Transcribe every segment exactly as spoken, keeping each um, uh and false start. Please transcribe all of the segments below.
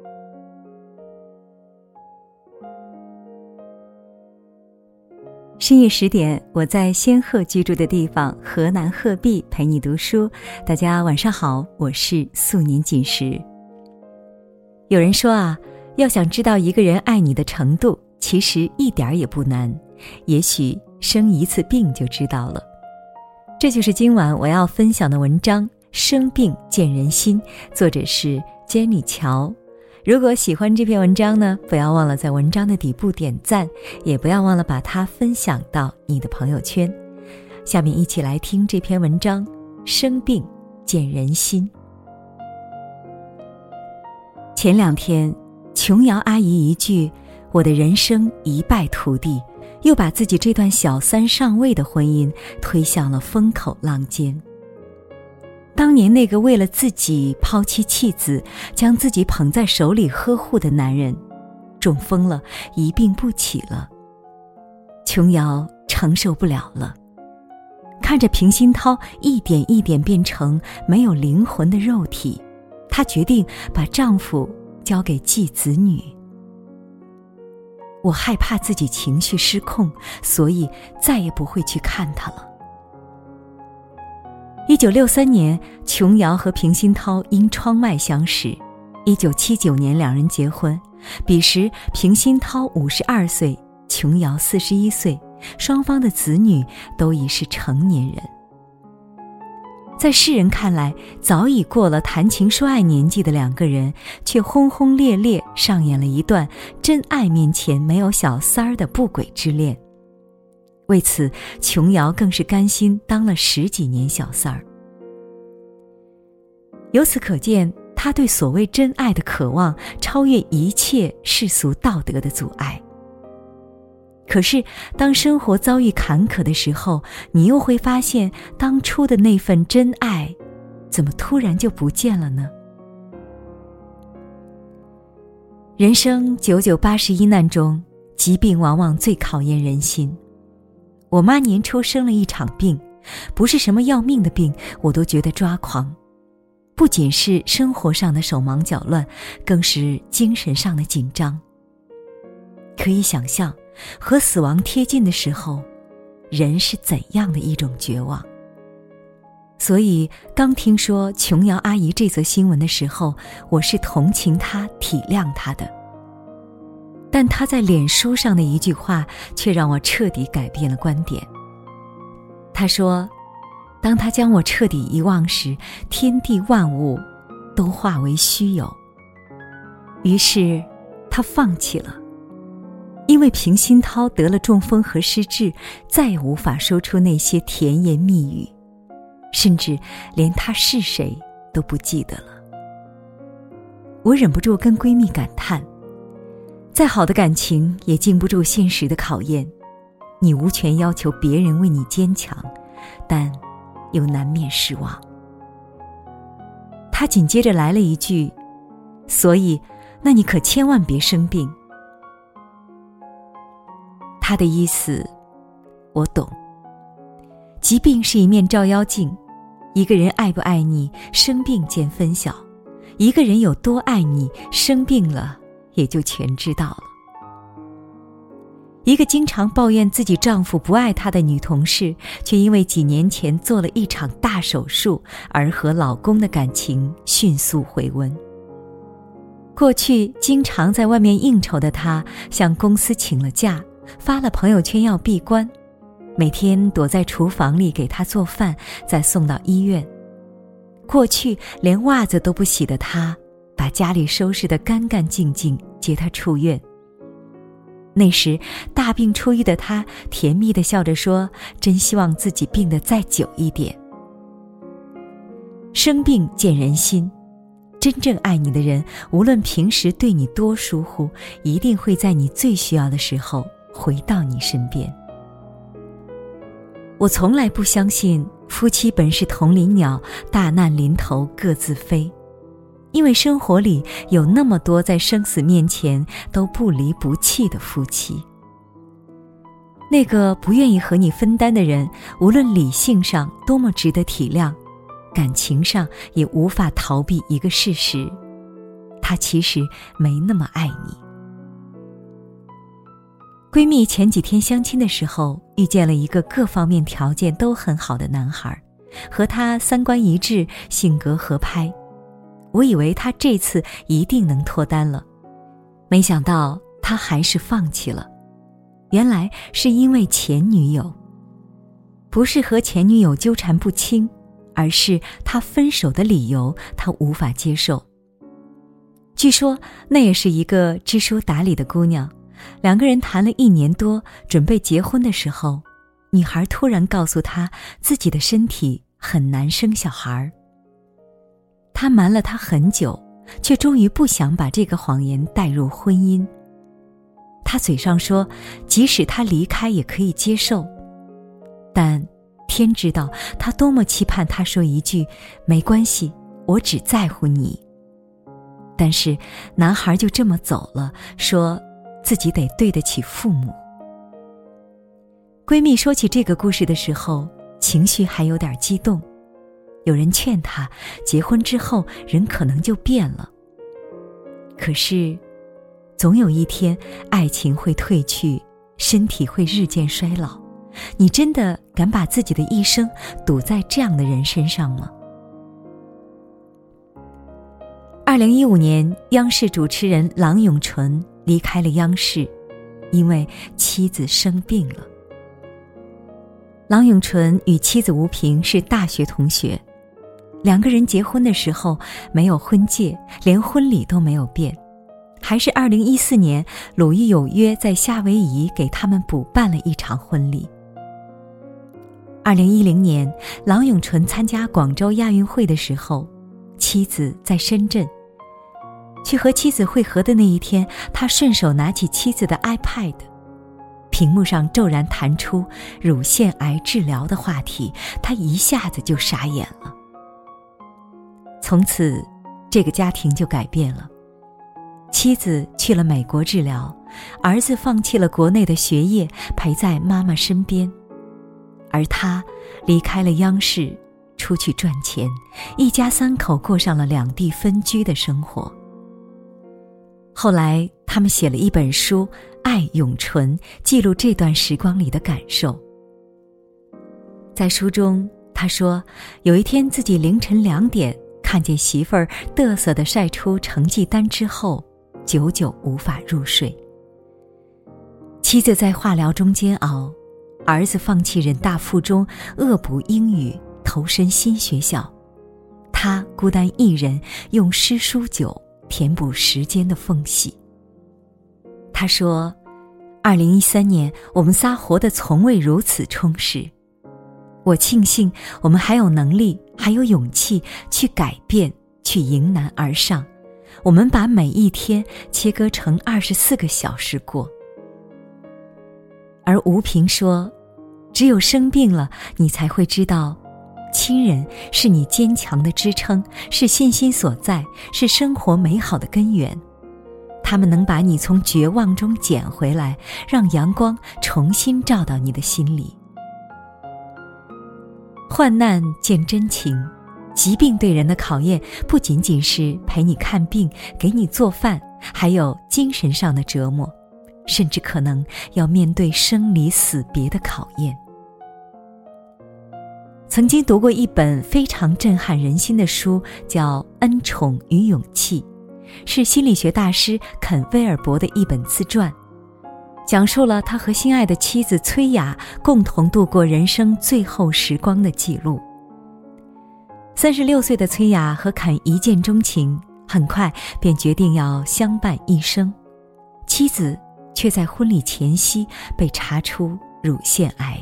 深夜十点，我在仙鹤居住的地方河南鹤壁陪你读书。大家晚上好，我是素年锦时。有人说啊，要想知道一个人爱你的程度，其实一点也不难，也许生一次病就知道了。这就是今晚我要分享的文章《生病见人心》，作者是 Jenny 乔。如果喜欢这篇文章呢，不要忘了在文章的底部点赞，也不要忘了把它分享到你的朋友圈。下面一起来听这篇文章《生病见人心》。前两天，琼瑶阿姨一句“我的人生一败涂地”，又把自己这段小三上位的婚姻推向了风口浪尖。当年那个为了自己抛弃妻子，将自己捧在手里呵护的男人，中风了，一病不起了。琼瑶承受不了了，看着平鑫涛一点一点变成没有灵魂的肉体，她决定把丈夫交给继子女。我害怕自己情绪失控，所以再也不会去看他了。一九六三年，琼瑶和平鑫涛因窗外相识。一九七九年，两人结婚。彼时，平鑫涛五十二岁，琼瑶四十一岁，双方的子女都已是成年人。在世人看来，早已过了谈情说爱年纪的两个人，却轰轰烈烈上演了一段真爱面前没有小三儿的不轨之恋。为此，琼瑶更是甘心当了十几年小三儿。由此可见，她对所谓真爱的渴望超越一切世俗道德的阻碍。可是，当生活遭遇坎坷的时候，你又会发现，当初的那份真爱，怎么突然就不见了呢？人生九九八十一难中，疾病往往最考验人心。我妈年初生了一场病，不是什么要命的病，我都觉得抓狂。不仅是生活上的手忙脚乱，更是精神上的紧张。可以想象，和死亡贴近的时候，人是怎样的一种绝望。所以，刚听说琼瑶阿姨这则新闻的时候，我是同情她、体谅她的。但他在脸书上的一句话却让我彻底改变了观点。他说，当他将我彻底遗忘时，天地万物都化为虚有。于是他放弃了，因为平鑫涛得了中风和失智，再也无法说出那些甜言蜜语，甚至连他是谁都不记得了。我忍不住跟闺蜜感叹，再好的感情也经不住现实的考验，你无权要求别人为你坚强，但又难免失望。他紧接着来了一句，所以那你可千万别生病。他的意思我懂，疾病是一面照妖镜，一个人爱不爱你，生病见分晓；一个人有多爱你，生病了也就全知道了。一个经常抱怨自己丈夫不爱她的女同事，却因为几年前做了一场大手术而和老公的感情迅速回温。过去经常在外面应酬的她，向公司请了假，发了朋友圈要闭关，每天躲在厨房里给她做饭，再送到医院。过去连袜子都不洗的她，把家里收拾得干干净净，接她出院。那时大病初愈的她甜蜜地笑着说，真希望自己病得再久一点。生病见人心，真正爱你的人，无论平时对你多疏忽，一定会在你最需要的时候回到你身边。我从来不相信夫妻本是同林鸟，大难临头各自飞。因为生活里有那么多在生死面前都不离不弃的夫妻。那个不愿意和你分担的人，无论理性上多么值得体谅，感情上也无法逃避一个事实， 他其实没那么爱你。闺蜜前几天相亲的时候，遇见了一个各方面条件都很好的男孩，和她三观一致，性格合拍。我以为他这次一定能脱单了，没想到他还是放弃了。原来是因为前女友，不是和前女友纠缠不清，而是他分手的理由他无法接受。据说那也是一个知书达理的姑娘，两个人谈了一年多，准备结婚的时候，女孩突然告诉他自己的身体很难生小孩。他瞒了他很久，却终于不想把这个谎言带入婚姻。他嘴上说即使他离开也可以接受，但天知道他多么期盼他说一句没关系，我只在乎你。但是男孩就这么走了，说自己得对得起父母。闺蜜说起这个故事的时候，情绪还有点激动。有人劝她，结婚之后人可能就变了。可是总有一天爱情会褪去，身体会日渐衰老，你真的敢把自己的一生赌在这样的人身上吗？二零一五年，央视主持人郎永淳离开了央视，因为妻子生病了。郎永淳与妻子吴萍是大学同学，两个人结婚的时候没有婚戒，连婚礼都没有变，还是二零一四年鲁豫有约在夏威夷给他们补办了一场婚礼。二零一零年，郎永淳参加广州亚运会的时候，妻子在深圳。去和妻子会合的那一天，他顺手拿起妻子的 iPad， 屏幕上骤然弹出乳腺癌治疗的话题，他一下子就傻眼了。从此这个家庭就改变了，妻子去了美国治疗，儿子放弃了国内的学业，陪在妈妈身边，而他离开了央视，出去赚钱，一家三口过上了两地分居的生活。后来他们写了一本书《爱永淳》，记录这段时光里的感受。在书中他说，有一天自己凌晨两点看见媳妇儿嘚瑟地晒出成绩单之后，久久无法入睡。妻子在化疗中煎熬，儿子放弃人大附中恶补英语，投身新学校，他孤单一人用诗书酒填补时间的缝隙。他说，二零一三年我们仨活得从未如此充实。我庆幸我们还有能力，还有勇气去改变，去迎难而上。我们把每一天切割成二十四个小时过。而吴萍说，只有生病了，你才会知道，亲人是你坚强的支撑，是信心所在，是生活美好的根源。他们能把你从绝望中捡回来，让阳光重新照到你的心里。患难见真情，疾病对人的考验不仅仅是陪你看病，给你做饭，还有精神上的折磨，甚至可能要面对生离死别的考验。曾经读过一本非常震撼人心的书，叫《恩宠与勇气》，是心理学大师肯威尔伯的一本自传，讲述了他和心爱的妻子崔雅共同度过人生最后时光的记录。三十六岁的崔雅和肯一见钟情，很快便决定要相伴一生，妻子却在婚礼前夕被查出乳腺癌。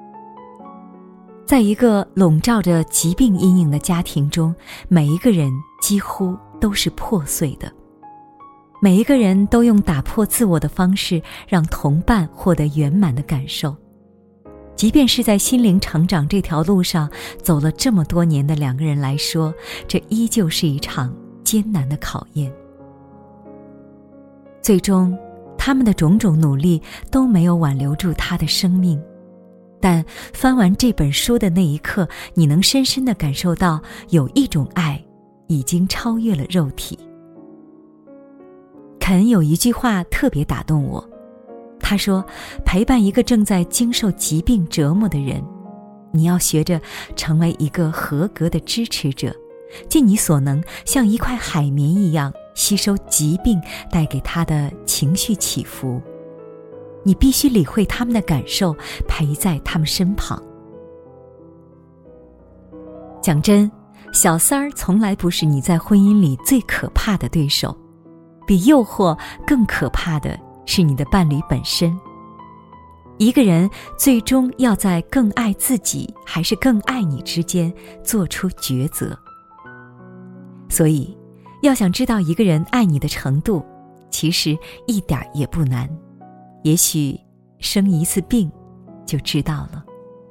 在一个笼罩着疾病阴影的家庭中，每一个人几乎都是破碎的，每一个人都用打破自我的方式让同伴获得圆满的感受。即便是在心灵成长这条路上走了这么多年的两个人来说，这依旧是一场艰难的考验。最终他们的种种努力都没有挽留住他的生命，但翻完这本书的那一刻，你能深深地感受到有一种爱已经超越了肉体。 肯有一句话特别打动我，他说，陪伴一个正在经受疾病折磨的人，你要学着成为一个合格的支持者，尽你所能像一块海绵一样吸收疾病带给他的情绪起伏。你必须理会他们的感受，陪在他们身旁。讲真，小三儿从来不是你在婚姻里最可怕的对手，比诱惑更可怕的是你的伴侣本身。一个人最终要在更爱自己还是更爱你之间做出抉择。所以要想知道一个人爱你的程度，其实一点也不难，也许生一次病就知道了。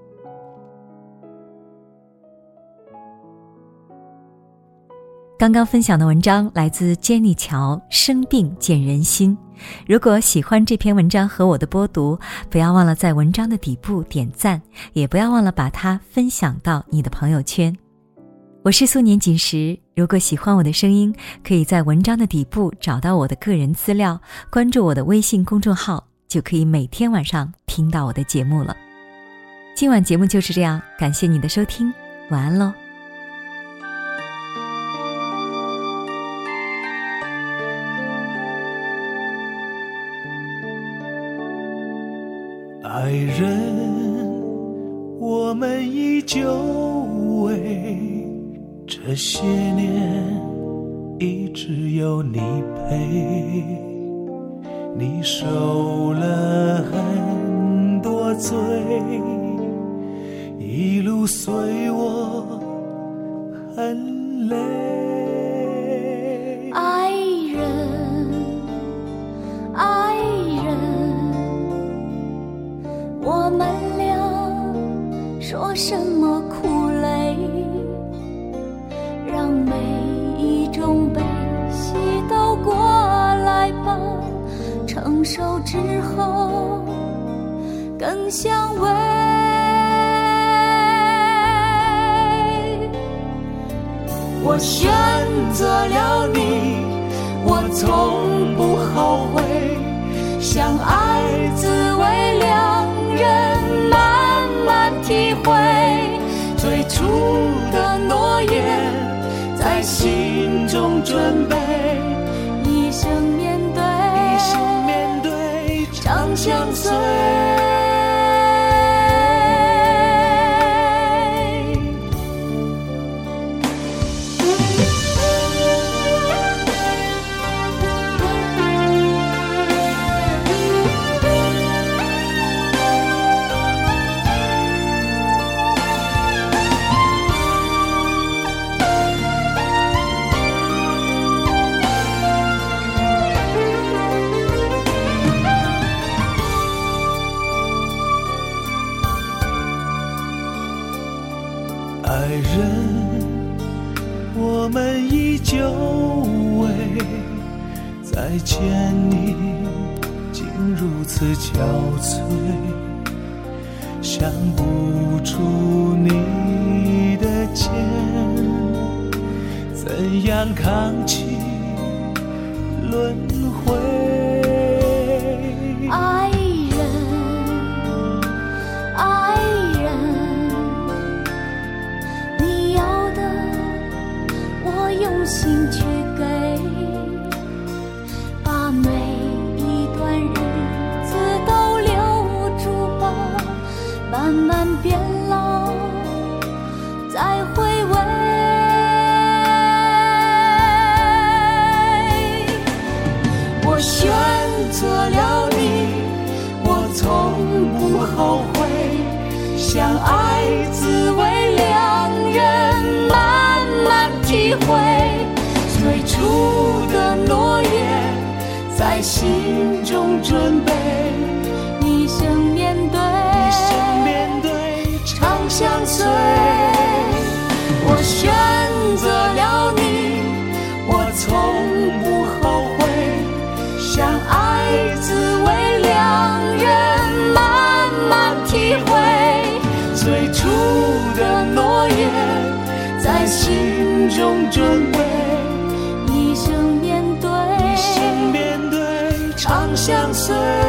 刚刚分享的文章来自 Jenny 乔，生病见人心。如果喜欢这篇文章和我的播读，不要忘了在文章的底部点赞，也不要忘了把它分享到你的朋友圈。我是素年锦时，如果喜欢我的声音，可以在文章的底部找到我的个人资料，关注我的微信公众号，就可以每天晚上听到我的节目了。今晚节目就是这样，感谢你的收听，晚安喽。 爱人，我们依旧为这些年一直有你陪，你受了很多罪，一路随我很累。 爱人，爱人，我们俩说什么苦累，让每一种悲喜都过来吧，承受之后更相偎。我选择了你，我从不后悔，相爱滋味两人慢慢体会，最初的诺言在心中准备，一生面对，一生面对，长相随。 爱人，我们依旧为再见你竟如此憔悴，想不出你的肩怎样扛起轮回。 爱人，爱人，你要的我用心去给，把每一段日子都留住吧，慢慢变老再回味。我选择了你，我从不后悔，相爱滋味两人慢慢体会，最初的诺言在心中准备，一生面对， 一生面对， 长相随。我选择了你，我从不后悔，相爱滋味两人慢慢体会，最初的诺言在心中准备，一生面对， 一生面对， 相随。